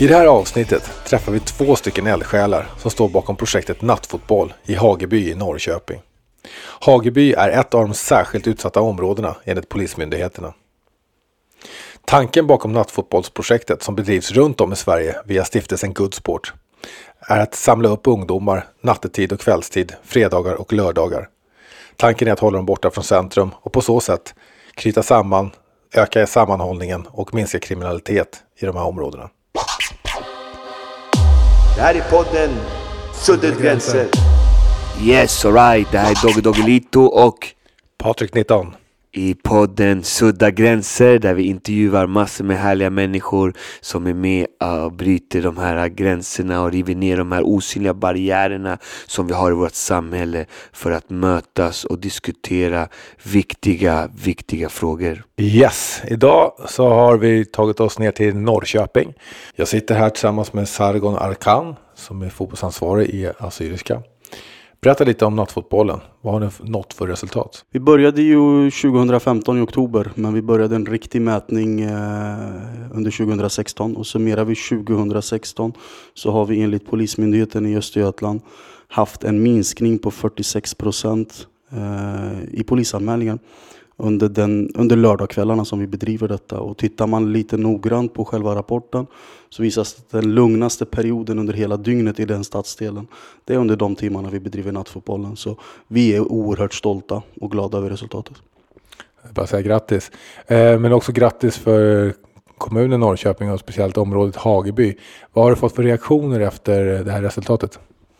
I det här avsnittet träffar vi 2 stycken eldsjälar som står bakom projektet Nattfotboll i Hageby i Norrköping. Hageby är ett av de särskilt utsatta områdena enligt polismyndigheterna. Tanken bakom nattfotbollsprojektet som bedrivs runt om i Sverige via stiftelsen Good Sport är att samla upp ungdomar nattetid och kvällstid, fredagar och lördagar. Tanken är att hålla dem borta från centrum och på så sätt knyta samman, öka sammanhållningen och minska kriminalitet i de här områdena. Det här är podden Suddet Gränser. Yes, alright. Det här är Doggelito och Patrik 19. i podden Sudda Gränser där vi intervjuar massor med härliga människor som är med och bryter de här gränserna och river ner de här osynliga barriärerna som vi har i vårt samhälle för att mötas och diskutera viktiga frågor. Yes, idag så har vi tagit oss ner till Norrköping. Jag sitter här tillsammans med Sargon Arkan som är fotbollsansvarig i Assyriska. Berätta lite om nattfotbollen. Vad har ni nått för resultat? Vi började ju 2015 i oktober, men vi började en riktig mätning under 2016. Och summerar vi 2016 så har vi enligt Polismyndigheten i Östergötland haft en minskning på 46% i polisanmälningar under lördagskvällarna som vi bedriver detta. Och tittar man lite noggrant på själva rapporten så visas att den lugnaste perioden under hela dygnet i den stadsdelen, det är under de timmarna vi bedriver nattfotbollen. Så vi är oerhört stolta och glada över resultatet. Jag vill bara säga grattis. Men också grattis för kommunen Norrköping och speciellt området Hageby. Vad har du fått för reaktioner efter det här resultatet?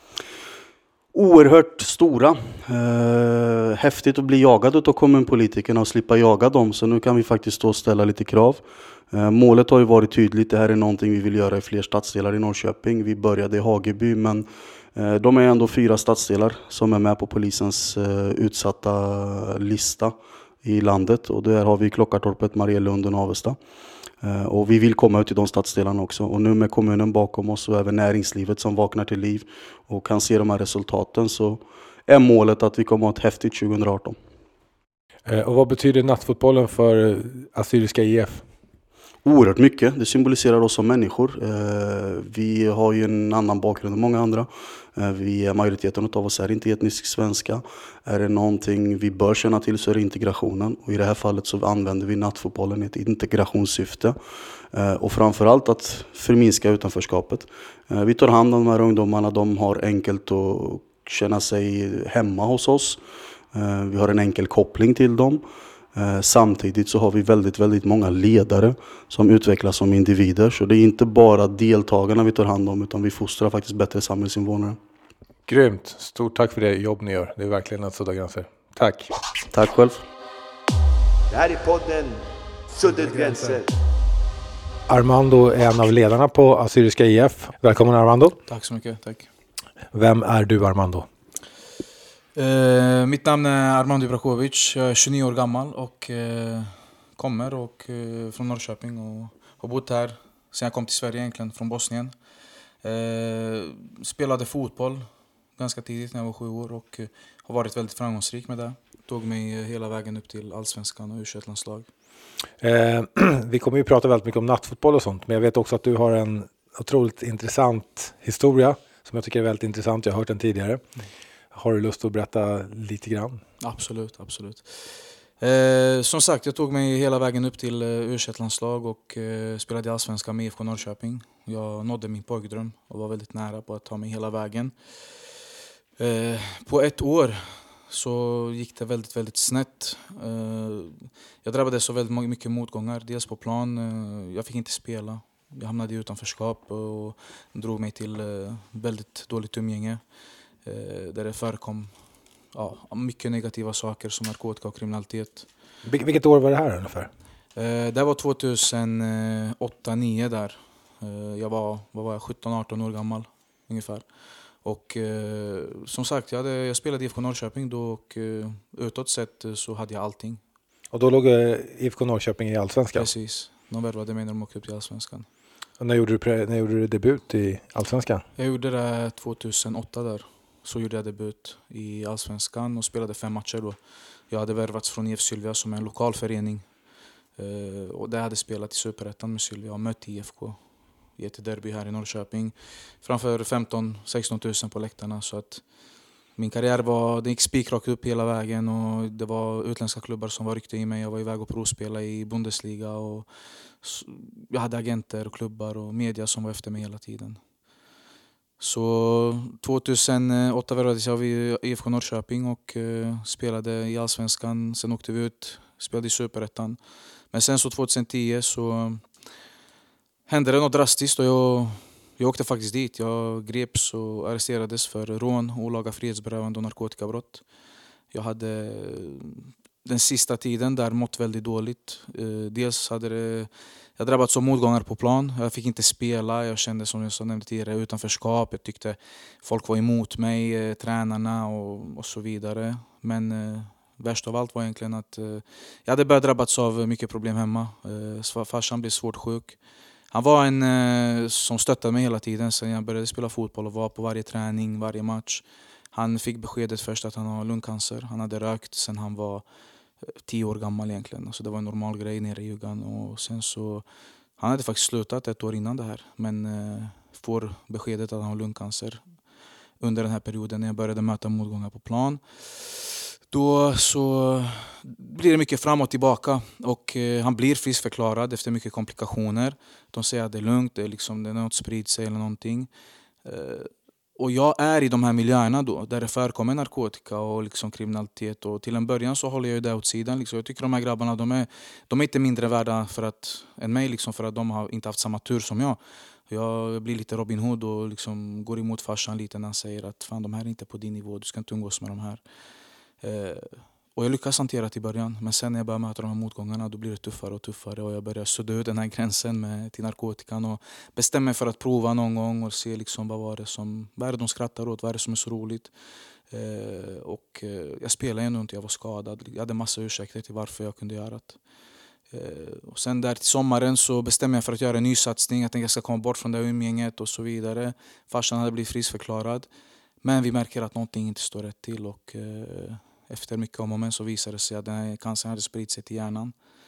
Oerhört stora. Häftigt att bli jagad av kommunpolitikerna och slippa jaga dem. Så nu kan vi faktiskt stå och ställa lite krav. Målet har ju varit tydligt. Det här är någonting vi vill göra i fler stadsdelar i Norrköping. Vi började i Hageby, men de är ändå 4 stadsdelar som är med på polisens utsatta lista i landet. Och där har vi Klockartorpet, Marielund och Navesta. Och vi vill komma ut i de stadsdelarna också. Och nu med kommunen bakom oss och även näringslivet som vaknar till liv och kan se de här resultaten, så är målet att vi kommer att ha ett häftigt 2018. Och vad betyder nattfotbollen för Assyriska IF? Oerhört mycket. Det symboliserar oss som människor. Vi har ju en annan bakgrund än många andra. Majoriteten av oss är inte etnisk svenska. Är det någonting vi bör känna till så är det integrationen. Och i det här fallet så använder vi nattfotbollen i ett integrationssyfte. Och framförallt att förminska utanförskapet. Vi tar hand om de här ungdomarna. De har enkelt att känna sig hemma hos oss. Vi har en enkel koppling till dem. Samtidigt så har vi väldigt många ledare som utvecklas som individer. Så det är inte bara deltagarna vi tar hand om, utan vi fostrar faktiskt bättre samhällsinvånare. Grymt. Stort tack för det jobb ni gör. Det är verkligen att sudda gränser. Tack. Tack själv. Det här är podden Suddet Gränser. Armando är en av ledarna på Assyriska IF. Välkommen Armando. Tack så mycket, tack. Vem är du Armando? Mitt namn är Armando Ibrakovic. Jag är 29 år gammal och kommer från Norrköping och har bott här sedan jag kom till Sverige egentligen, från Bosnien. Spelade fotboll ganska tidigt när jag var 7 år och har varit väldigt framgångsrik med det. Tog mig hela vägen upp till Allsvenskan och U21-landslag. Vi kommer ju prata väldigt mycket om nattfotboll och sånt, men jag vet också att du har en otroligt intressant historia som jag tycker är väldigt intressant. Jag har hört den tidigare. Har du lust att berätta lite grann? Absolut. Som sagt, jag tog mig hela vägen upp till U21-landslag och spelade i Allsvenskan med IFK Norrköping. Jag nådde min pojkdröm och var väldigt nära på att ta mig hela vägen. På 1 år så gick det väldigt snett. Jag drabbades av väldigt mycket motgångar. Dels på plan, jag fick inte spela. Jag hamnade i utanförskap och drog mig till väldigt dåligt umgänge. Där det förekom mycket negativa saker som narkotika och kriminalitet. Vilket år var det här ungefär? Det var 2008-2009 där. Jag var 17-18 år gammal ungefär. Och som sagt, jag spelade i IFK Norrköping då och utåt sett så hade jag allting. Och då låg IFK Norrköping i Allsvenskan? Precis, de värvade mig när de åkte upp till Allsvenskan. Och när gjorde du debut i Allsvenskan? Jag gjorde det 2008 där. Så gjorde jag debut i Allsvenskan och spelade 5 matcher då. Jag hade värvats från IF Sylvia som är en lokal förening. Och där hade spelat i Superettan med Sylvia och mött IFK. i ett derby här i Norrköping. Framför 15-16 000 på läktarna. Så att min karriär det gick spikrakt upp hela vägen och det var utländska klubbar som var rykte i mig. Jag var iväg och provspela i Bundesliga och jag hade agenter och klubbar och media som var efter mig hela tiden. Så 2008 värvades jag vid IFK Norrköping och spelade i Allsvenskan. Sen åkte vi ut, spelade i Superettan. Men sen så 2010 så hände det något drastiskt och jag åkte faktiskt dit. Jag greps och arresterades för rån, olaga frihetsberövande och narkotikabrott. Jag hade den sista tiden där mått väldigt dåligt. Dels hade jag drabbats av motgångar på plan. Jag fick inte spela. Jag kände, som jag nämnde tidigare, utanförskap. Jag tyckte folk var emot mig, tränarna och så vidare. Men värst av allt var egentligen att jag hade börjat drabbats av mycket problem hemma. Farsan blev svårt sjuk. Han var en som stöttade mig hela tiden sen jag började spela fotboll och var på varje träning, varje match. Han fick beskedet först att han har lungcancer. Han hade rökt sen han var 10 år gammal egentligen. Så det var en normal grej nere i Djurgården. Och sen så, han hade faktiskt slutat 1 år innan det här. Men får beskedet att han har lungcancer under den här perioden när jag började möta motgångar på plan. Då så blir det mycket fram och tillbaka och han blir friskförklarad efter mycket komplikationer. De säger att det är lugnt, det är något spritt sig eller någonting. Och jag är i de här miljöerna då, där det förekommer narkotika och liksom kriminalitet. Och till en början så håller jag det åt sidan. Liksom. Jag tycker de här grabbarna, de är inte mindre värda än mig liksom, för att de har inte haft samma tur som jag. Jag blir lite Robin Hood och liksom går emot farsan lite när han säger att fan, de här är inte på din nivå, du ska inte umgås med de här. Och jag lyckas hantera det i början, men sen när jag börjar möta de här motgångarna då blir det tuffare och tuffare och jag börjar sudda ut den här gränsen till narkotikan och bestämmer mig för att prova någon gång och se liksom vad är det de skrattar åt, vad är det som är så roligt. Jag spelade ännu inte, jag var skadad, jag hade massa ursäkter till varför jag kunde göra det. Och sen där till sommaren så bestämmer jag för att göra en ny satsning, jag tänkte jag ska komma bort från det här umgänget och så vidare. Farsan hade blivit friskförklarad, men vi märker att någonting inte står rätt till och efter mycket om och men så visade det sig att den här cancern hade spritt sig till hjärnan.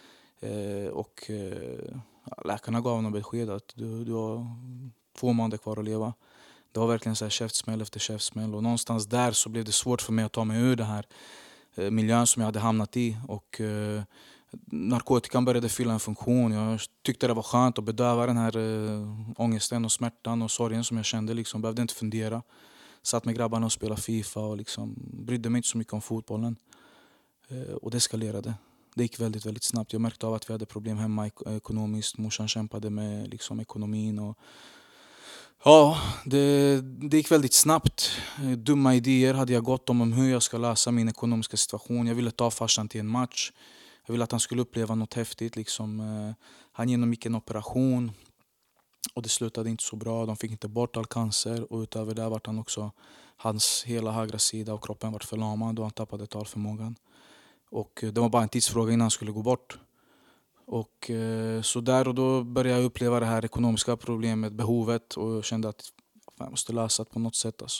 Läkarna gav honom besked att du har 2 månader kvar att leva. Det var verkligen så här käftsmäll efter käftsmäll. Och någonstans där så blev det svårt för mig att ta mig ur den här miljön som jag hade hamnat i. Och narkotikan började fylla en funktion. Jag tyckte det var skönt att bedöva den här ångesten och smärtan och sorgen som jag kände. Liksom. Behövde inte fundera. Satt med grabbarna och spelade FIFA och liksom brydde mig inte så mycket om fotbollen. Och det eskalerade. Det gick väldigt, väldigt snabbt. Jag märkte av att vi hade problem hemma ekonomiskt. Morsan kämpade med liksom ekonomin. Och ja, det gick väldigt snabbt. Dumma idéer hade jag gott om hur jag ska lösa min ekonomiska situation. Jag ville ta farsan till en match. Jag ville att han skulle uppleva något häftigt. Liksom. Han genomgick en operation. Och det slutade inte så bra. De fick inte bort all cancer. Och utöver det var han också, hans hela högra sida av kroppen var förlamad och han tappade talförmågan. Och det var bara en tidsfråga innan han skulle gå bort. Och så där och då började jag uppleva det här ekonomiska problemet, behovet. Och jag kände att jag måste lösa det på något sätt. Alltså.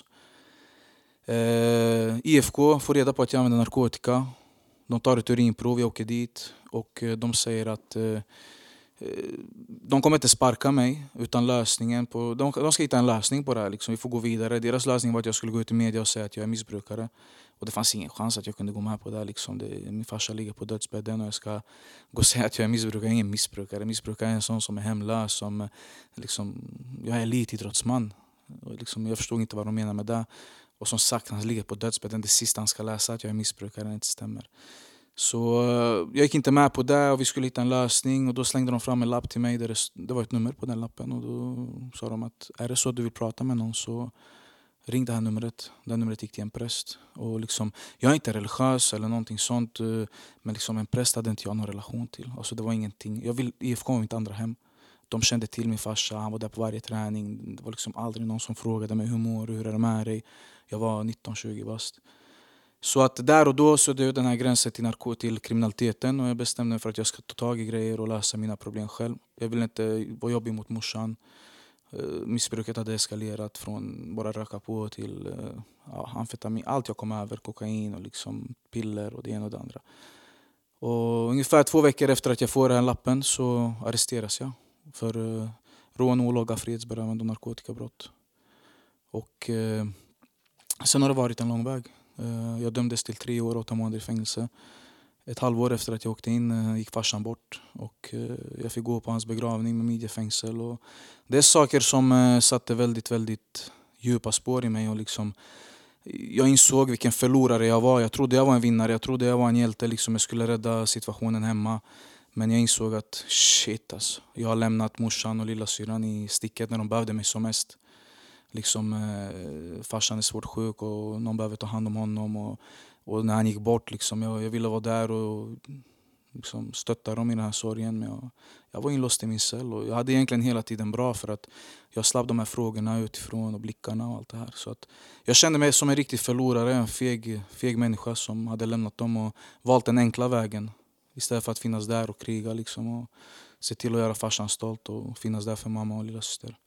IFK får reda på att jag använder narkotika. De tar ett urinprov, jag åker dit. Och de säger att de kommer inte sparka mig utan lösningen på, de ska hitta en lösning på det här. Liksom. Vi får gå vidare. Deras lösning var att jag skulle gå ut i media och säga att jag är missbrukare. Och det fanns ingen chans att jag kunde gå med på det här. Liksom. Min farsa ligger på dödsbädden och jag ska gå och säga att jag är missbrukare. Jag är ingen missbrukare. Missbrukare är en sån som är hemlös. Som, liksom, jag är elitidrottsman. Och liksom, jag förstod inte vad de menar med det. Och som sagt, han ligger på dödsbädden. Det sista han ska läsa att jag är missbrukare, det inte stämmer. Så jag gick inte med på det och vi skulle hitta en lösning. Och då slängde de fram en lapp till mig. Där det var ett nummer på den lappen. Och då sa de att är det så att du vill prata med någon så ring det här numret. Det numret gick till en präst. Och liksom, jag är inte religiös eller någonting sånt. Men liksom en präst hade inte jag någon relation till. Alltså det var ingenting. IFK var mitt andra hem. De kände till min farsa. Han var där på varje träning. Det var liksom aldrig någon som frågade mig hur mår du, hur är det med dig. Jag var 19-20 bast. Så att där och då så det den här gränsen till kriminaliteten. Och jag bestämde mig för att jag ska ta tag i grejer och lösa mina problem själv. Jag ville inte vara jobbig mot morsan. Missbruket hade eskalerat från bara röka på till amfetamin. Allt jag kom över, kokain och liksom piller och det ena och det andra. Och ungefär 2 veckor efter att jag får den här lappen så arresteras jag för rån, olaga frihetsberövande och narkotikabrott. Och sen har det varit en lång väg. Jag dömdes till 3 år och 8 månader i fängelse. Ett halvår efter att jag åkte in gick farsan bort. Och jag fick gå på hans begravning med midjefängsel. Och det är saker som satte väldigt, väldigt djupa spår i mig. Och liksom, jag insåg vilken förlorare jag var. Jag trodde jag var en vinnare. Jag trodde jag var en hjälte. Liksom jag skulle rädda situationen hemma. Men jag insåg att shit alltså. Jag har lämnat morsan och lilla syran i sticket när de behövde mig som mest. Liksom, farsan är svårt sjuk och någon behöver ta hand om honom. Och när han gick bort, liksom, jag ville vara där och liksom, stötta dem i den här sorgen. Men jag var inlåst i min cell och jag hade egentligen hela tiden bra för att jag slapp de här frågorna utifrån och blickarna och allt det här. Så att jag kände mig som en riktig förlorare, en feg människa som hade lämnat dem och valt den enkla vägen. Istället för att finnas där och kriga liksom, och se till att göra farsan stolt och finnas där för mamma och lilla syster.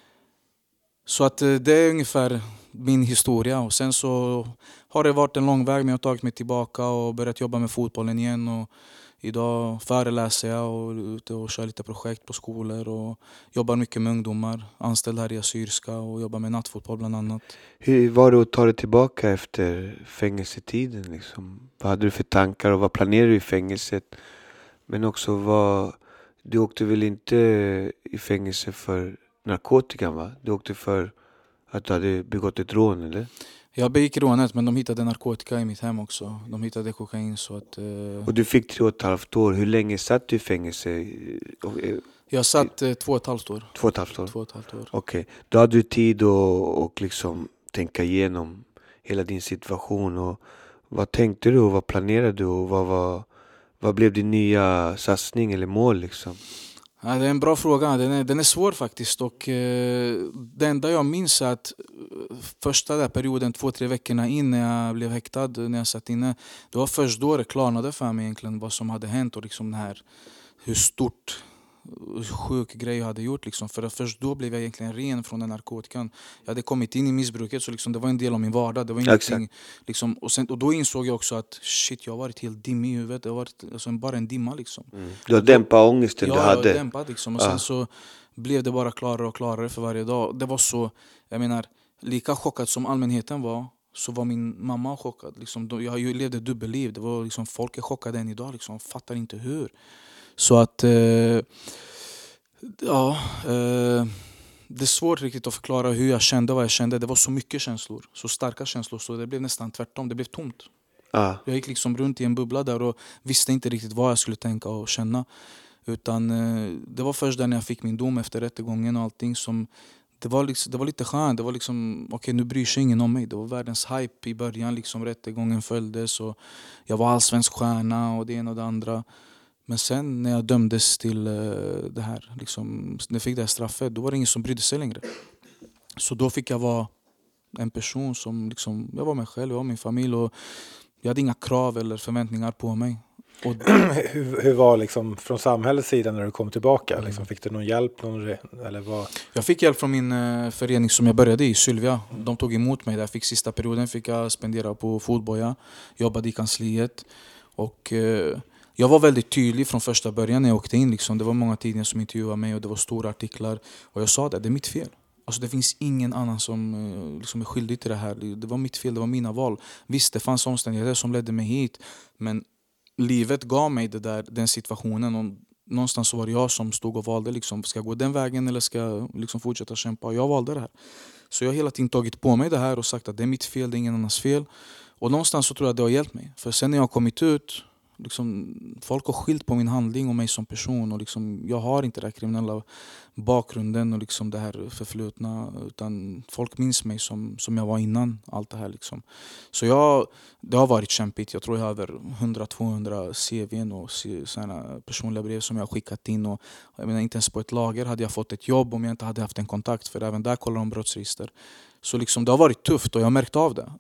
Så att det är ungefär min historia. Och sen så har det varit en lång väg, men jag har tagit mig tillbaka och börjat jobba med fotbollen igen. Och idag föreläser jag och ute och kör lite projekt på skolor och jobbar mycket med ungdomar. Anställd här i Assyriska och jobbar med nattfotboll bland annat. Hur var det att ta dig tillbaka efter fängelsetiden? Liksom? Vad hade du för tankar och vad planerade du i fängelset? Men också du åkte väl inte i fängelse för narkotikan, va? Du åkte för att du hade begått ett rån, eller? Jag begick rånet, men de hittade narkotika i mitt hem också. De hittade kokain så att... Och du fick 3,5 år. Hur länge satt du i fängelse? Jag satt 2,5 år. 2,5 år? 2,5 år. Okej. Då hade du tid att liksom tänka igenom hela din situation. Och vad tänkte du och vad planerade du? Och vad blev din nya satsning eller mål liksom? Ja, det är en bra fråga. Den är svår faktiskt. Och det enda jag minns är att första där perioden, 2-3 veckorna in när jag blev häktad, när jag satt inne, det var först då det klarnade för mig egentligen vad som hade hänt och liksom det här, hur stort sjuk grej jag hade gjort liksom. För att först då blev jag egentligen ren från den narkotikan. Jag hade kommit in i missbruket, så liksom det var en del av min vardag. Det var ingenting, liksom, och då insåg jag också att shit, jag har varit helt dimmig i huvudet. Det har varit alltså, bara en dimma liksom. Du har dämpat ångesten du hade. Ja, dämpat liksom. Och sen så blev det bara klarare och klarare för varje dag. Det var så, jag menar, lika chockad som allmänheten var, så var min mamma chockad liksom. Jag levde dubbelliv. Det var liksom, folk är chockade än idag liksom. Fattar inte hur. Så att det är svårt riktigt att förklara hur jag kände, vad jag kände. Det var så mycket känslor, så starka känslor, så det blev nästan tvärtom. Det blev tomt. Jag gick liksom runt i en bubbla där och visste inte riktigt vad jag skulle tänka och känna. Utan det var först när jag fick min dom efter rättegången och allting som det var lite skönt. Det var liksom, okej, nu bryr sig ingen om mig. Det var världens hype i början, liksom rättegången följdes och jag var allsvensk stjärna och det ena och det andra. Men sen när jag dömdes till det här, liksom, när jag fick det här straffet, då var det ingen som brydde sig längre. Så då fick jag vara en person som, liksom, jag var mig själv, jag var min familj och jag hade inga krav eller förväntningar på mig. Och hur var liksom från samhällets sida när du kom tillbaka? Liksom, fick du någon hjälp? Eller vad? Jag fick hjälp från min förening som jag började i, Sylvia. De tog emot mig där. Sista perioden fick jag spendera på Fotboja. Jobbade i kansliet. Och jag var väldigt tydlig från första början när jag åkte in. Liksom. Det var många tidningar som intervjuade mig och det var stora artiklar. Och jag sa det är mitt fel. Alltså det finns ingen annan som liksom är skyldig till det här. Det var mitt fel, det var mina val. Visst, det fanns omständigheter som ledde mig hit. Men livet gav mig den situationen. Och någonstans så var det jag som stod och valde. Liksom, ska jag gå den vägen eller ska jag liksom fortsätta kämpa? Och jag valde det här. Så jag har hela tiden tagit på mig det här och sagt att det är mitt fel, det är ingen annans fel. Och någonstans så tror jag att det har hjälpt mig. För sen när jag har kommit ut, liksom, folk har skilt på min handling och mig som person. Och liksom, jag har inte den kriminella bakgrunden och liksom det här förflutna. Utan folk minns mig som jag var innan allt det här. Liksom. Så det har varit kämpigt. Jag tror jag har över 100-200 CV:n och såna personliga brev som jag har skickat in. Och jag menar, inte ens på ett lager hade jag fått ett jobb om jag inte hade haft en kontakt. För även där kollar de brottsregister. Så liksom, det har varit tufft och jag har märkt av det.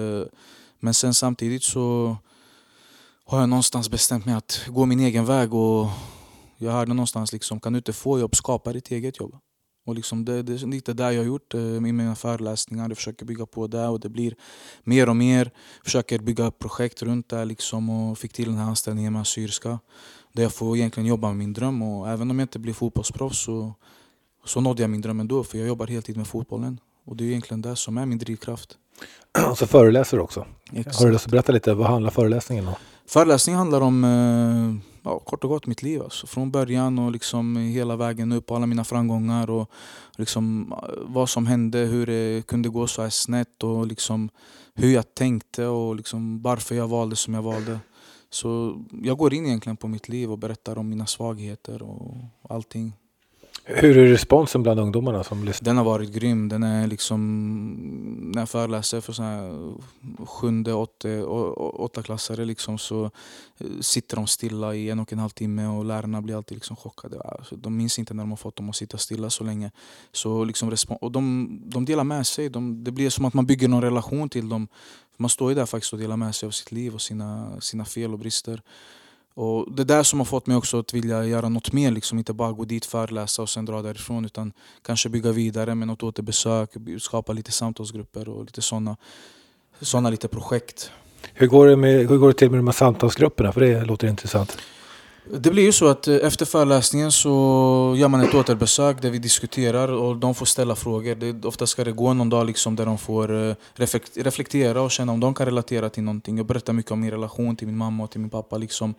Men sen samtidigt så har jag någonstans bestämt mig att gå min egen väg. Och jag hörde någonstans liksom, kan du inte få jobb, skapa ditt eget jobb. Och liksom det är lite där jag har gjort med mina föreläsningar. Jag försöker bygga på det och det blir mer och mer. Försöker bygga projekt runt det liksom, och fick till den här anställningen med Assyriska. Där jag får egentligen jobba med min dröm. Och även om jag inte blir fotbollsproffs så Så nådde jag min dröm ändå, för jag jobbar heltid med fotbollen. Och det är egentligen det som är min drivkraft. Och så föreläser du också. Exakt. Har du lust att berätta lite, vad handlar föreläsningen om? Föreläsningen handlar om kort och gott mitt liv. Alltså. Från början och liksom hela vägen upp, alla mina framgångar och liksom vad som hände, hur det kunde gå så här snett och liksom hur jag tänkte och liksom varför jag valde som jag valde. Så jag går in egentligen på mitt liv och berättar om mina svagheter och allting. Hur är responsen bland ungdomarna som lyssnar? Den har varit grym. Den är liksom, när jag föreläser för så här 7-8 åttaklassare liksom, så sitter de stilla i 1,5 timme och lärarna blir alltid liksom chockade. Alltså, de minns inte när de har fått dem att sitta stilla så länge. Så liksom och de delar med sig. Det blir som att man bygger någon relation till dem. Man står ju där faktiskt och delar med sig av sitt liv och sina fel och brister. Och det där som har fått mig också att vilja göra något mer, liksom inte bara gå dit, föreläsa och sen dra därifrån, utan kanske bygga vidare med något återbesök, skapa lite samtalsgrupper och lite såna lite projekt. Hur går det till med de här samtalsgrupperna? För det låter intressant. Det blir ju så att efter föreläsningen så gör man ett återbesök där vi diskuterar och de får ställa frågor. Ofta ska det gå någon dag liksom där de får reflektera och känna om de kan relatera till någonting. Jag berättar mycket om min relation till min mamma och till min pappa. Liksom,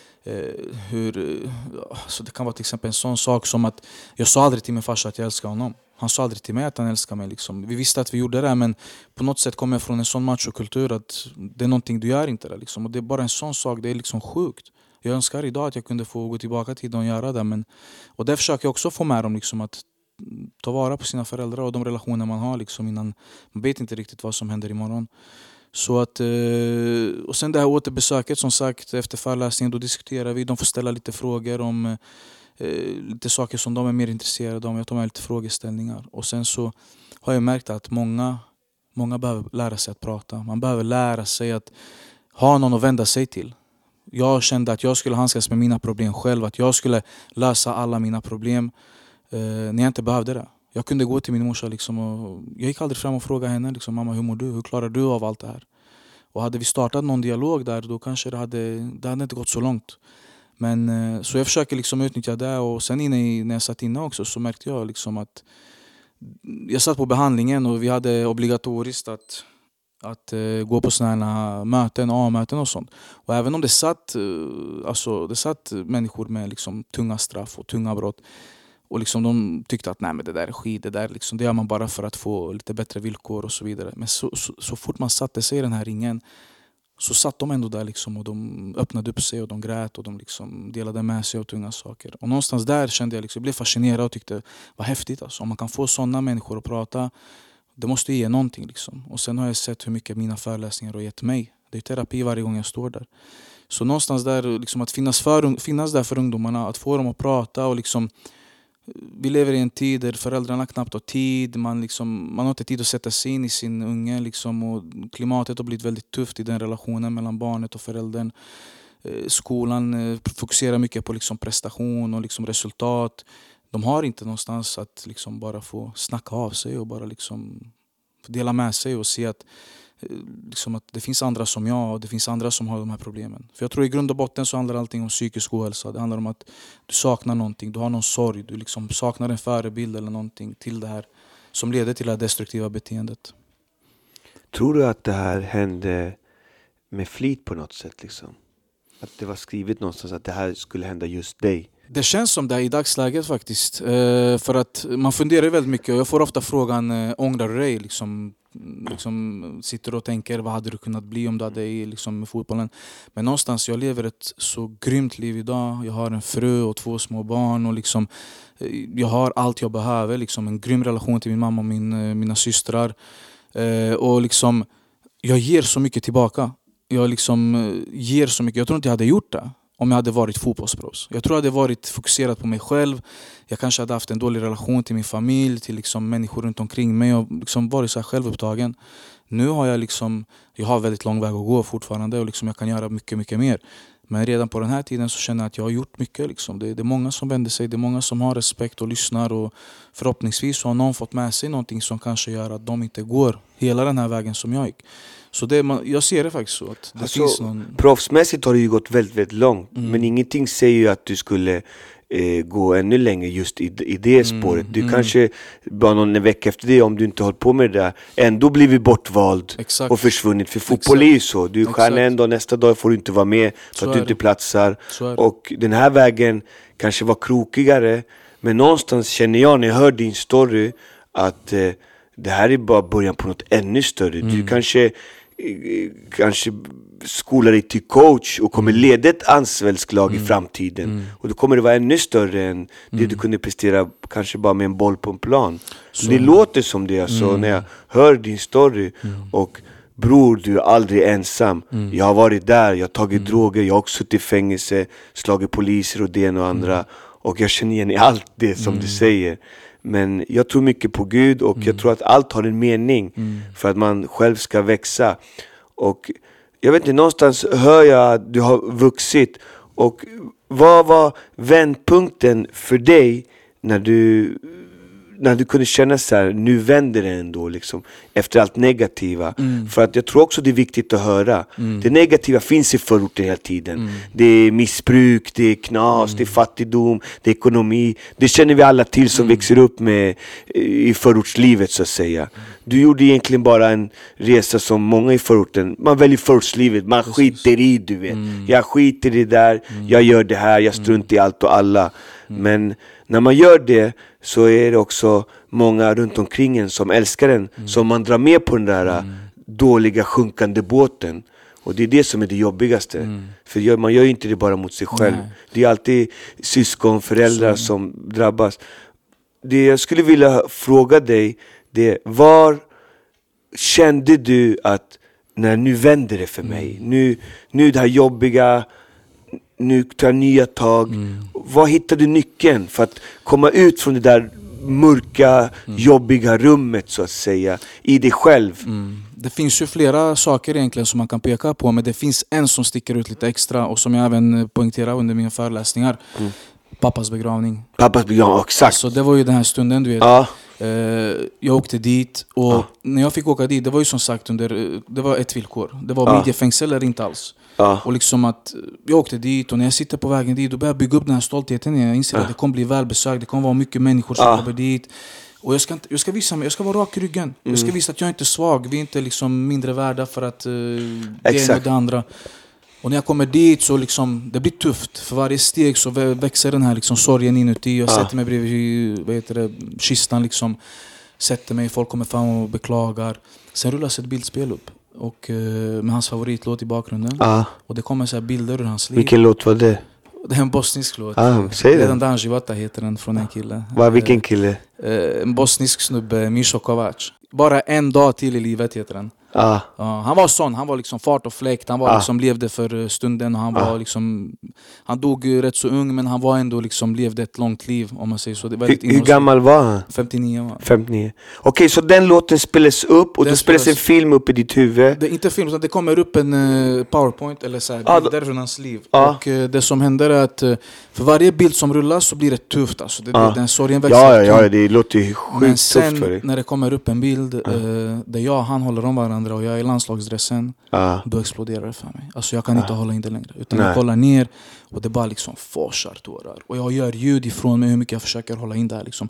så det kan vara till exempel en sån sak som att jag sa aldrig till min farsa att jag älskar honom. Han sa aldrig till mig att han älskar mig. Liksom. Vi visste att vi gjorde det, men på något sätt kommer jag från en sån machokultur att det är någonting du gör inte det. Liksom. Och det är bara en sån sak, det är liksom sjukt. Jag önskar idag att jag kunde få gå tillbaka till dem och göra det. Och det försöker jag också få med dem, liksom, att ta vara på sina föräldrar och de relationer man har. Liksom, innan man vet inte riktigt vad som händer imorgon. Så att, och sen det här återbesöket, som sagt, efter föreläsningen, då diskuterar vi. De får ställa lite frågor om lite saker som de är mer intresserade av. Jag tar med lite frågeställningar. Och sen så har jag märkt att många behöver lära sig att prata. Man behöver lära sig att ha någon att vända sig till. Jag kände att jag skulle handskas med mina problem själv. Att jag skulle lösa alla mina problem när jag inte behövde det. Jag kunde gå till min morsa liksom, och jag gick aldrig fram och frågade henne liksom, mamma, hur mår du? Hur klarar du av allt det här? Och hade vi startat någon dialog där, då kanske det hade inte gått så långt. Men så jag försöker liksom utnyttja det. Och sen när jag satt inne också, så märkte jag liksom att jag satt på behandlingen och vi hade obligatoriskt att gå på sådana möten, A-möten och sånt. Och även om det satt människor med liksom tunga straff och tunga brott, och liksom de tyckte att nej, men det där är skit, det gör man bara för att få lite bättre villkor och så vidare. Men så fort man satte sig i den här ringen, så satt de ändå där liksom, och de öppnade upp sig och de grät och de liksom delade med sig av tunga saker. Och någonstans där kände jag liksom, jag blev fascinerad och tyckte vad häftigt alltså. Om man kan få sådana människor att prata, det måste ge någonting liksom. Och sen har jag sett hur mycket mina föreläsningar har gett mig. Det är terapi varje gång jag står där. Så någonstans där liksom, att finnas där för ungdomarna, att få dem att prata. Och liksom, vi lever i en tid där föräldrarna knappt har tid. Man har inte tid att sätta sig in i sin unge liksom, och klimatet har blivit väldigt tufft i den relationen mellan barnet och föräldern. Skolan fokuserar mycket på liksom prestation och liksom resultat. De har inte någonstans att liksom bara få snacka av sig och bara liksom dela med sig och se att det finns andra som jag, och det finns andra som har de här problemen. För jag tror i grund och botten så handlar allting om psykisk ohälsa. Det handlar om att du saknar någonting, du har någon sorg, du liksom saknar en förebild eller någonting till det här som leder till det här destruktiva beteendet. Tror du att det här hände med flit på något sätt liksom? Att det var skrivet någonstans att det här skulle hända just dig? Det känns som det i dagsläget faktiskt. För att man funderar väldigt mycket, och jag får ofta frågan, ångrar du dig? Liksom sitter och tänker, vad hade du kunnat bli om du hade liksom, med fotbollen? Men någonstans, jag lever ett så grymt liv idag. Jag har en fru och 2 små barn. Och liksom, jag har allt jag behöver. Liksom, en grym relation till min mamma och mina systrar. Och liksom, jag ger så mycket tillbaka. Jag liksom ger så mycket. Jag tror inte jag hade gjort det om jag hade varit fotbollsproffs. Jag tror jag hade varit fokuserad på mig själv. Jag kanske hade haft en dålig relation till min familj, till liksom människor runt omkring mig, och liksom varit så här självupptagen. Nu har jag har väldigt lång väg att gå fortfarande, och liksom jag kan göra mycket, mycket mer. Men redan på den här tiden så känner jag att jag har gjort mycket. Liksom. Det är många som vänder sig, det är många som har respekt och lyssnar, och förhoppningsvis har någon fått med sig någonting som kanske gör att de inte går hela den här vägen som jag gick. Så jag ser det faktiskt så att det finns någon... Proffsmässigt har det ju gått väldigt, väldigt långt. Men ingenting säger ju att du skulle gå ännu längre just i det spåret. Du kanske bara någon vecka efter det, om du inte hållit på med det där, ändå blivit bortvald. Exakt. Och försvunnit. För fotboll är ju så. Du är stjärna en dag, nästa dag får du inte vara med för att du inte platsar. Och den här vägen kanske var krokigare. Men någonstans känner jag när jag hör din story att det här är bara början på något ännu större. Du kanske skolar dig till coach och kommer leda ett allsvenskt lag i framtiden. Och då kommer det vara ännu större än det du kunde prestera kanske bara med en boll på en plan. Så det låter som det alltså när jag hör din story. Och bror, du är aldrig ensam. Jag har varit där, jag har tagit droger, jag har också suttit i fängelse, slagit poliser och det ena och andra. Och jag känner igen i allt det som du säger. Men jag tror mycket på Gud och jag tror att allt har en mening för att man själv ska växa. Och jag vet inte, någonstans hör jag att du har vuxit. Och vad var vändpunkten för dig när du kunde känna så här, nu vänder det ändå liksom, efter allt negativa? För att jag tror också det är viktigt att höra. Det negativa finns i förorten hela tiden. Det är missbruk, det är knas, det är fattigdom, det är ekonomi. Det känner vi alla till som växer upp med i förortslivet så att säga. Du gjorde egentligen bara en resa som många i förorten. Man väljer förortslivet, man skiter i, du vet. Jag skiter i det där, jag gör det här, jag struntar i allt och alla. Men när man gör det så är det också många runt omkring en som älskar en, som man drar med på den där dåliga sjunkande båten. Och det är det som är det jobbigaste. För man gör ju inte det bara mot sig själv. Det är alltid syskon, föräldrar som drabbas. Det jag skulle vilja fråga dig, det var kände du att nu vänder det för mig? Nu det här jobbiga, nu tar jag nya tag. Vad hittade du nyckeln för att komma ut från det där mörka, jobbiga rummet så att säga, i dig själv? Det finns ju flera saker egentligen som man kan peka på, men det finns en som sticker ut lite extra och som jag även poängterar under mina föreläsningar. Pappas begravning. Pappas begravning, exakt. Så det var ju den här stunden, du vet. Jag åkte dit och när jag fick åka dit, det var ju som sagt det var ett villkor. Det var mediefängsel eller inte alls. Och liksom att jag åkte dit och när jag sitter på vägen dit, då börjar jag bygga upp den här stoltheten. Jag inser att det kommer bli välbesökt, det kommer vara mycket människor som kommer dit. Och jag ska visa mig, jag ska vara rak i ryggen. Jag ska visa att jag inte är svag, vi är inte liksom mindre värda för att det ena och det andra. Och när jag kommer dit så liksom, det blir tufft. För varje steg så växer den här liksom sorgen inuti. Jag sätter mig bredvid kistan liksom. Sätter mig, folk kommer fram och beklagar. Sen rullas ett bildspel upp. Och med hans favoritlåt i bakgrunden. Och det kommer så här bilder ur hans liv. Vilken låt var det? Det är en bosnisk låt. Säg det. Dan Života heter den, från en kille. Vilken kille? En bosnisk snubbe, Mišo Kovač. Bara en dag till i livet heter den. Han var sån, han var liksom fart och fläkt. Han var liksom, levde för stunden och han var liksom, han dog rätt så ung, men han var ändå liksom, levde ett långt liv, om man säger så. Det var hur gammal var han? 59 var. 59. Okej, så den låten spelas upp och det spelas en film upp i ditt huvud? Det är inte film, utan det kommer upp en PowerPoint eller så här, bilder från hans liv. Och det som händer är att för varje bild som rullas så blir det tufft alltså. Den sorgen växer. Ja, det låter ju sjukt tufft för dig. Men sen när det kommer upp en bild där jag och han håller om varandra och jag är i landslagsdressen, då exploderar det för mig. Alltså jag kan inte hålla in det längre. Utan jag kollar ner och det bara liksom forsar tårar. Och jag gör ljud ifrån mig hur mycket jag försöker hålla in det här liksom.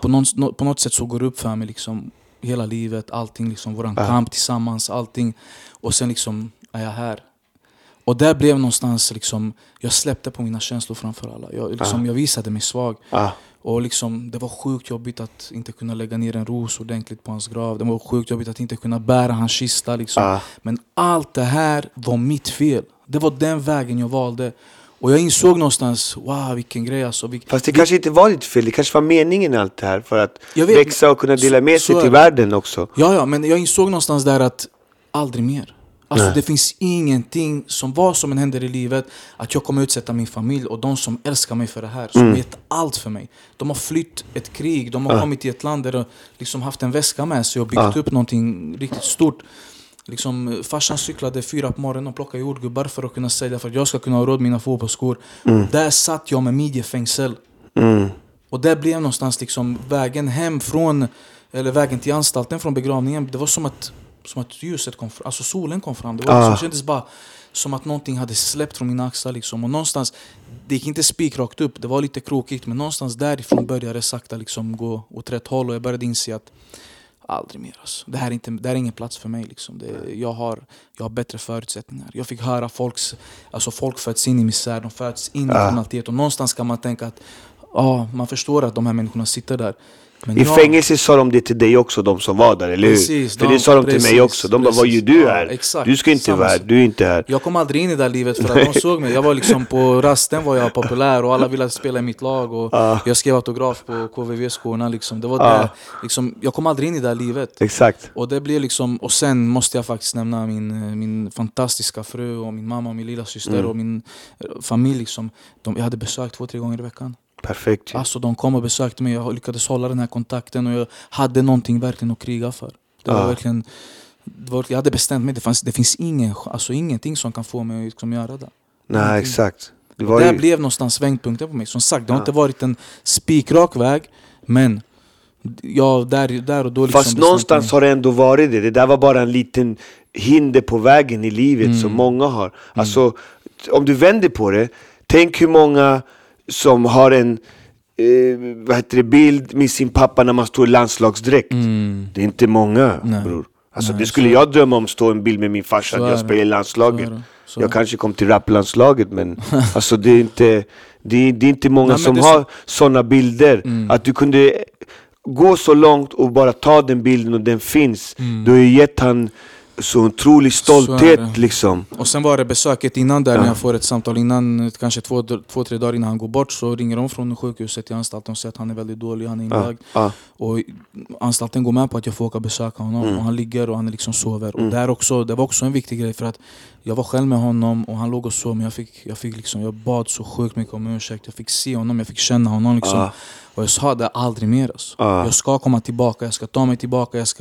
På något sätt så går det upp för mig liksom, hela livet, allting liksom, våran kamp tillsammans, allting. Och sen liksom är jag här. Och där blev någonstans liksom, jag släppte på mina känslor framför alla. Jag visade mig svag. Och liksom, det var sjukt jobbigt att inte kunna lägga ner en ros ordentligt på hans grav. Det var sjukt jobbigt att inte kunna bära hans kista liksom. Men allt det här var mitt fel. Det var den vägen jag valde. Och jag insåg någonstans, wow, vilken grej alltså. Fast det kanske inte var ditt fel, det kanske var meningen allt det här. För att växa och kunna dela med sig till världen också. Ja, men jag insåg någonstans där att aldrig mer. Alltså det finns ingenting som vad som än händer i livet, att jag kommer utsätta min familj och de som älskar mig för det här, som vet allt för mig. De har flytt ett krig, de har kommit till ett land där de liksom haft en väska med sig och byggt upp någonting riktigt stort. Liksom, farsan cyklade 4 på morgonen och plockade jordgubbar för att kunna sälja, för att jag ska kunna ha råd mina fotbollsskor. Där satt jag med midjefängsel. Och där blev någonstans liksom vägen hem från, eller vägen till anstalten från begravningen. Det var som att som att ljuset kom fram, alltså solen kom fram. Det var liksom, det kändes bara som att någonting hade släppt från mina axlar liksom. Och någonstans, det gick inte spikrakt upp, det var lite krokigt, men någonstans därifrån började det sakta liksom gå åt rätt håll. Och jag började inse att aldrig mer alltså. Det här är ingen plats för mig liksom. Jag har bättre förutsättningar. Jag fick höra folk föds in i misär, de föds in i kriminalitet. Och någonstans kan man tänka att man förstår att de här människorna sitter där. Men i fängelse sa de det till dig också, de som var där, eller hur? Precis, för det sa de till mig också. De bara, vad gör du här? Exakt, du ska inte vara här, du är inte här. Jag kom aldrig in i det här livet för att de såg mig. Jag var liksom på rasten var jag populär och alla ville spela i mitt lag. Och jag skrev autograf på KVV-skorna liksom. Det var det, liksom, jag kom aldrig in i det här livet. Exakt. Och det blev liksom, och sen måste jag faktiskt nämna min fantastiska fru och min mamma och min lilla syster och min familj liksom. Jag hade besökt 2-3 gånger i veckan. Perfekt. Alltså de kom och besökte mig, jag lyckades hålla den här kontakten och jag hade någonting verkligen att kriga för. Det var verkligen, jag hade bestämt mig, det finns ingenting som kan få mig att liksom göra det. Nej, exakt. Det blev någonstans svängpunkten på mig. Som sagt, det har inte varit en spikrak väg, men där och då liksom. Fast någonstans har det ändå varit det. Det där var bara en liten hinder på vägen i livet som många har. Alltså, om du vänder på det, tänk hur många som har en bild med sin pappa när man står i landslagsdräkt. Det är inte många, bror. Alltså det skulle jag drömma om, stå en bild med min farsa att jag spelar i landslaget. Jag kanske kom till raplandslaget, men alltså det är inte många som har sådana bilder. Att du kunde gå så långt och bara ta den bilden och den finns. Du har ju gett han så otrolig stolthet liksom. Och sen var det besöket innan där när jag får ett samtal innan, kanske 2-3 dagar innan han går bort, så ringer de från sjukhuset till anstalten och säger att han är väldigt dålig, han är inlagd. Och anstalten går med på att jag får åka besöka honom och han ligger och han liksom sover. Och det var också en viktig grej, för att jag var själv med honom och han låg och sov, men jag bad så sjukt mycket om ursäkt. Jag fick se honom, jag fick känna honom liksom. Och jag sa det aldrig mer alltså. Jag ska komma tillbaka, jag ska ta mig tillbaka, jag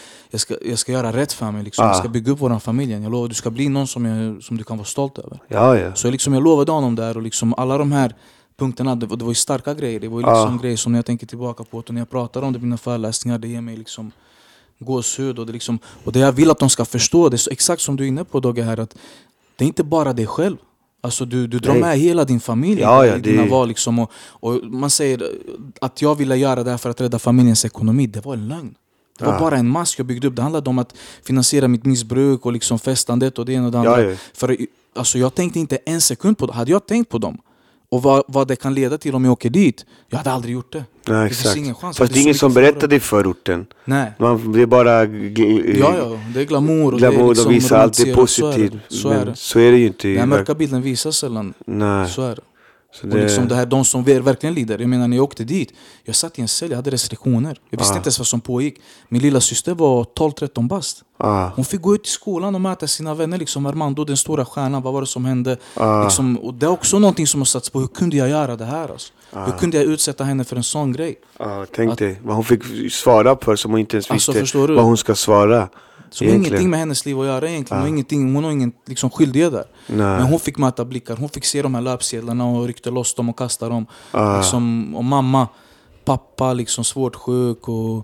ska göra rätt för mig liksom. Jag ska bygga upp våran familj. Jag lovar, du ska bli någon som du kan vara stolt över. Så liksom, jag lovade honom där, och liksom alla de här punkterna, det var ju starka grejer. Det var ju liksom grejer som när jag tänker tillbaka på och när jag pratar om det i mina föreläsningar, det ger mig liksom gåshud. Och det jag vill att de ska förstå, det är så exakt som du är inne på, Dogge, här, att det är inte bara dig själv. Alltså du drar med hela din familj i dina val liksom, och man säger att jag ville göra det här för att rädda familjens ekonomi. Det var en lögn. Det var bara en mask jag byggde upp. Det handlade om att finansiera mitt missbruk och liksom festandet och det ena och det andra. För alltså, jag tänkte inte en sekund på det. Hade jag tänkt på dem och vad det kan leda till om jag åker dit, jag hade aldrig gjort det. Nej, det exakt. Finns ingen chans. Fast det är ingen som berättade i förorten. Nej. Det är bara det är glamour och glamour, det är liksom de visar allt det positivt. Så är det ju inte. Den mörka bilden visar sällan. Nej. Så är det. Och liksom det här, de som verkligen lider. Jag menar, när jag åkte dit, jag satt i en cell, jag hade restriktioner. Jag visste inte ens vad som pågick. Min lilla syster var 12-13 bast. Hon fick gå ut i skolan och möta sina vänner liksom. Armando, den stora stjärnan, vad var det som hände liksom, och det är också någonting som har satts på. Hur kunde jag göra det här alltså? Hur kunde jag utsätta henne för en sån grej? Tänk dig, vad hon fick svara för, som hon inte ens visste vad hon ska svara. Så ingenting med hennes liv att göra egentligen. Hon har ingen liksom skyldighet där. Men hon fick möta blickar. Hon fick se de här löpsedlarna och ryckte loss dem och kastade dem. Liksom, och mamma, pappa liksom svårt sjuk. Och,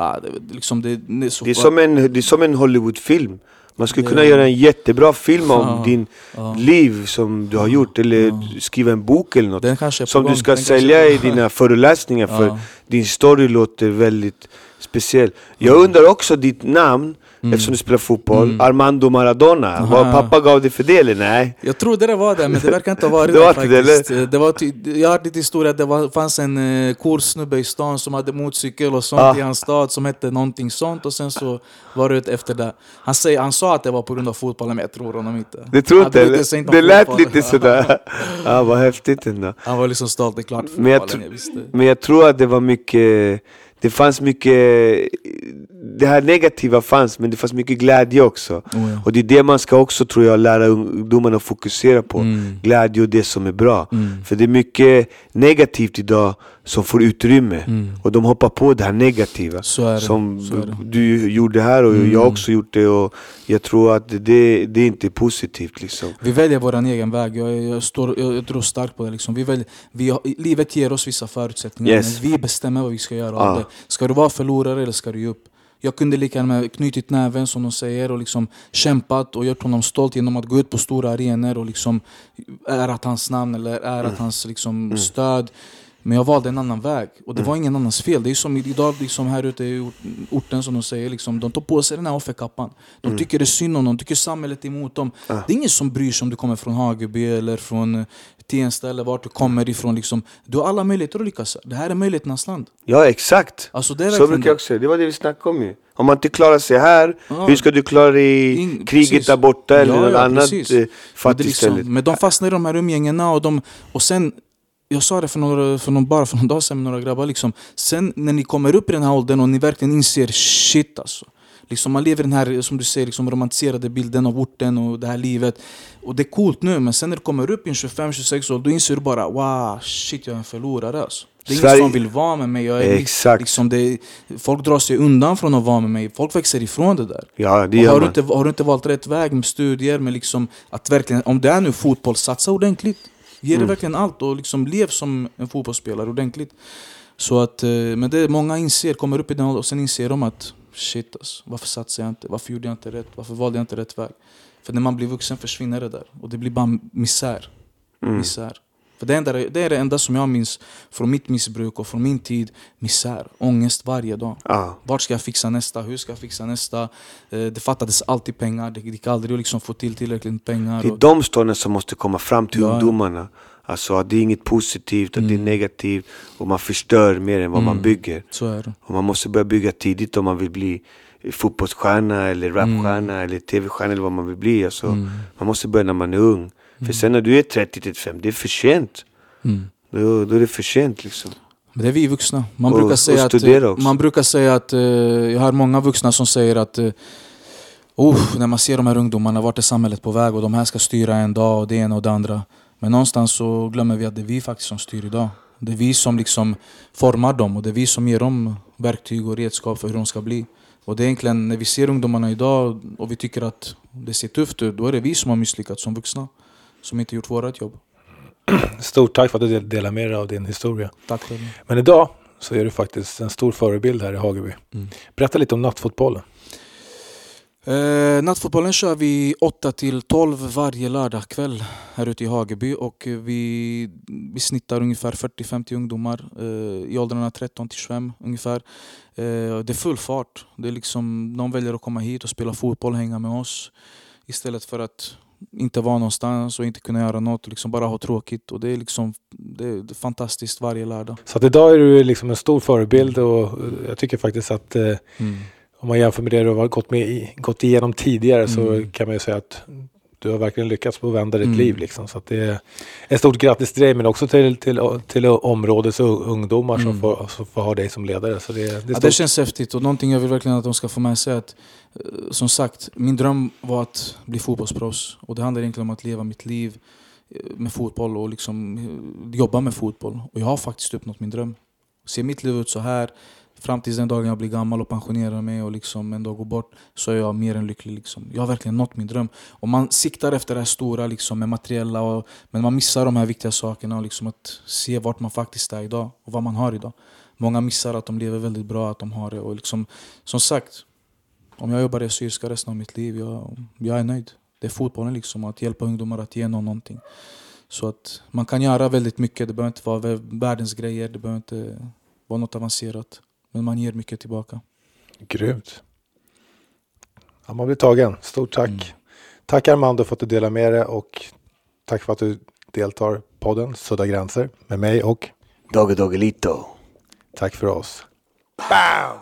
det är som en Hollywoodfilm. Man skulle kunna göra en jättebra film om din liv som du har gjort. Eller skriva en bok eller något. Som du ska sälja i dina föreläsningar. För din story låter väldigt speciell. Jag undrar också ditt namn. Eftersom du spelar fotboll, Armando Maradona. Vad pappa gav dig för det eller nej? Jag trodde det var det, men det verkar inte ha varit det faktiskt. Jag hörde lite historia att det fanns en cool snubbe i stan som hade motorcykel och sånt i hans stad som hette någonting sånt, och sen så var det efter det. Han sa att det var på grund av fotbollen, men jag tror honom inte. Det tror inte, det lät lite sådär. Vad häftigt ändå. Han var liksom stolt, det är klart fotbollen, men jag tror att det var mycket. Det fanns mycket, det här negativa fanns, men det fanns mycket glädje också. Och det är det man ska också, tror jag, lära ungdomarna att fokusera på. Glädje och det som är bra. För det är mycket negativt idag som får utrymme. Och de hoppar på det här negativa. Som du gjorde här och jag också gjort det. Och jag tror att det inte är positivt liksom. Vi väljer vår egen väg. Jag tror starkt på det liksom. Livet ger oss vissa förutsättningar, men vi bestämmer vad vi ska göra av det. Ska du vara förlorare eller ska du ge upp? Jag kunde lika gärna knutit näven som de säger och liksom kämpat och gjort honom stolt genom att gå ut på stora arenor och liksom ärat hans namn eller ärat hans liksom stöd. Men jag valde en annan väg och det var ingen annans fel. Det är som idag liksom här ute i orten som de säger liksom, de tar på sig den här offerkappan. De tycker det är synd om dem, de tycker samhället är emot dem. Det är ingen som bryr sig om du kommer från Hageby eller från Tensta eller vart du kommer ifrån liksom. Du har alla möjligheter att lyckas. Det här är möjligheternas land. Ja, exakt. Alltså, det är så brukar jag också säga. Det var det vi snackade om ju. Om man inte klarar sig här, hur ska du klara dig i kriget precis. Där borta eller något annat fattigt ställe? Men de fastnar i de här umgängena och sen jag sa det för någon dag sedan med några grabbar liksom. Sen när ni kommer upp i den här åldern och ni verkligen inser shit alltså. Liksom man lever den här, som du säger, liksom romantiserade bilden av orten och det här livet. Och det är coolt nu, men sen när du kommer upp i en 25-26 år, då inser du bara, wow, shit, jag är en förlorare alltså. Det är ingen som vill vara med mig. Jag är exakt. Liksom folk drar sig undan från att vara med mig. Folk växer ifrån det där. Ja, det gör man. Har du inte valt rätt väg med studier, med liksom att verkligen, om det är nu fotboll, satsa ordentligt. Ge det verkligen allt och liksom lev som en fotbollsspelare ordentligt. Så att, men det många kommer upp i den och sen inser de att shit alltså, varför satsade jag inte? Varför gjorde jag inte rätt? Varför valde jag inte rätt väg? För när man blir vuxen försvinner det där. Och det blir bara misär. Misär. För det är det enda som jag minns från mitt missbruk och från min tid. Misär, ångest varje dag. Vart ska jag fixa nästa? Hur ska jag fixa nästa? Det fattades alltid pengar. Det gick aldrig att liksom få tillräckligt med pengar. Det är de stånden som måste komma fram till ungdomarna. Alltså att det är inget positivt, att det är negativt. Och man förstör mer än vad man bygger. Så är det. Och man måste börja bygga tidigt om man vill bli fotbollsstjärna eller rapstjärna eller tv-stjärna eller vad man vill bli. Alltså, man måste börja när man är ung. För sen när du är 30-35, det är för sent. Då är det för sent liksom. Men det är vi vuxna. Man brukar säga att jag har många vuxna som säger att när man ser de här ungdomarna, vart är samhället på väg och de här ska styra en dag och det ena och det andra. Men någonstans så glömmer vi att det är vi faktiskt som styr idag. Det är vi som liksom formar dem och det är vi som ger dem verktyg och redskap för hur de ska bli. Och det är egentligen när vi ser ungdomarna idag och vi tycker att det ser tufft ut, då är det vi som har misslyckats som vuxna. Som inte gjort vårt jobb. Stort tack för att du delar med dig av din historia. Tack för det. Men idag så är du faktiskt en stor förebild här i Hageby. Berätta lite om nattfotbollen. Nattfotbollen kör vi 8-12 varje lördagkväll här ute i Hageby. Och vi snittar ungefär 40-50 ungdomar i åldrarna 13-25 ungefär. Det är full fart. Det är liksom, de väljer att komma hit och spela fotboll och hänga med oss. Istället för att inte vara någonstans och inte kunna göra något, liksom bara ha tråkigt. Och det är liksom det är fantastiskt varje lördag. Så att idag är du liksom en stor förebild och jag tycker faktiskt att om man jämför med det du har gått igenom tidigare så kan man ju säga att du har verkligen lyckats på att vända ditt liv liksom. Så att det är ett stort grattis till dig, men också till områdets ungdomar som får ha dig som ledare. Så det känns häftigt och någonting jag vill verkligen att de ska få med sig att som sagt, min dröm var att bli fotbollsproffs och det handlar egentligen om att leva mitt liv med fotboll och liksom jobba med fotboll. Och jag har faktiskt uppnått min dröm. Ser mitt liv ut så här fram tills den dagen jag blir gammal och pensionerar mig och liksom en dag går bort, så är jag mer än lycklig liksom. Jag har verkligen nått min dröm. Och man siktar efter det här stora liksom, med materiella men man missar de här viktiga sakerna och liksom att se vart man faktiskt är idag och vad man har idag. Många missar att de lever väldigt bra, att de har det och liksom, som sagt, om jag jobbar i Syriska resten av mitt liv, jag är nöjd. Det är fotbollen liksom, att hjälpa ungdomar att ge någonting. Så att man kan göra väldigt mycket. Det behöver inte vara världens grejer, det behöver inte vara något avancerat. Men man ger mycket tillbaka. Grymt. Ja, man blir tagen. Stort tack. Tack Armando för att du delar med dig och tack för att du deltar i podden Sudda gränser med mig och Doggelito. Tack för oss. Bam!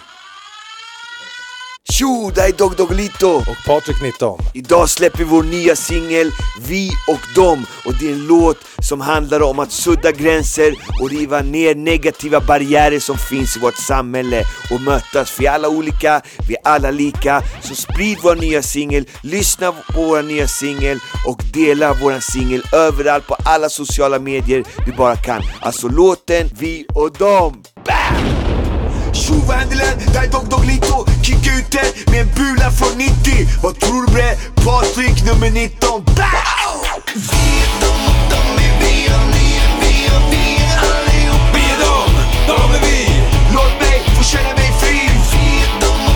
Tjo, det är Doggelito och Patrik 19. Idag släpper vi vår nya singel Vi och dem. Och det är en låt som handlar om att sudda gränser och riva ner negativa barriärer som finns i vårt samhälle och mötas. För vi är alla olika, vi är alla lika. Så sprid vår nya singel, lyssna på vår nya singel och dela vår singel överallt på alla sociala medier du bara kan. Alltså låten Vi och dem. Bam! Tjo, vad händer län? Det här är Doggelito. Kicka ut den med en bula från 90. Vad tror du bre? Patrik nummer 19. Bow! Vi är dem och de är vi och ni är vi och vi är allihop. Vi är dem, de är vi. Låt mig få känna mig fri. Vi är dem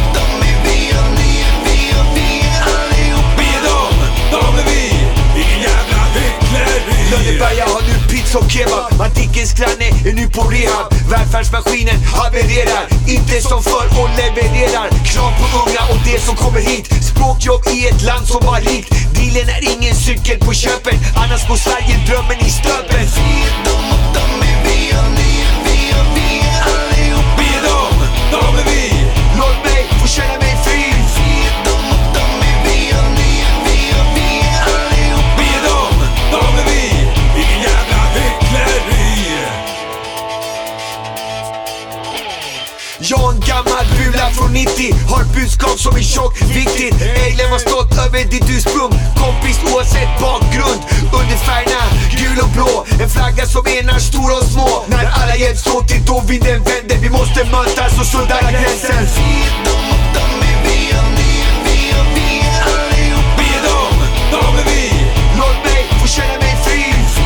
Dagens granne är nu på rehab. Välfärdsmaskinen havererar, inte som förr och levererar. Krav på unga och det som kommer hit. Språkjobb i ett land som var rikt. Dealen är ingen cykel på köpet, annars går Sverige drömmen i stöpet. Vi är dem, de är vi. Låt mig få känna mig fri. Jag en gammal bula från 90, har budskap som är tjock, viktigt. Ejlen var stolt över ditt ursprung, kompis oavsett bakgrund. Under färgerna, gul och blå, en flagga som enar stora och små. När alla hjälps åt till då vinden vänder, vi måste mötas och sudda gränsen. Vi är dem, de är vi. Låt mig få känna mig fri.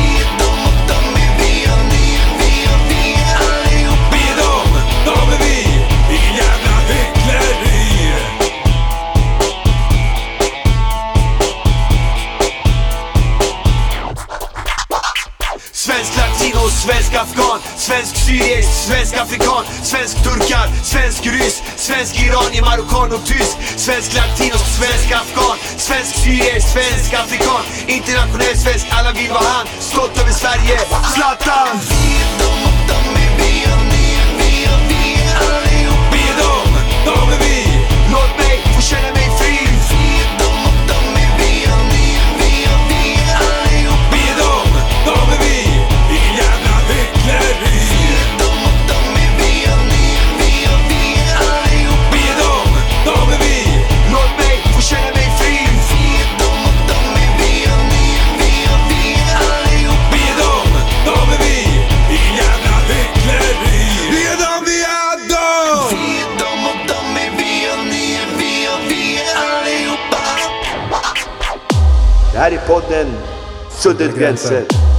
Svensk latino, svensk afghan, svensk syrisk, svensk afrikan, svensk turkar, svensk ryss, svensk iranier, marockan och tysk. Svensk latino, svensk afghan, svensk syrisk, svensk afrikan, internationell svensk, alla vill vara han. Stolt över Sverige, Zlatan. Vi är dem, de är vi. Låt mig få känna mig fri. Det här är podden Sudda gränser.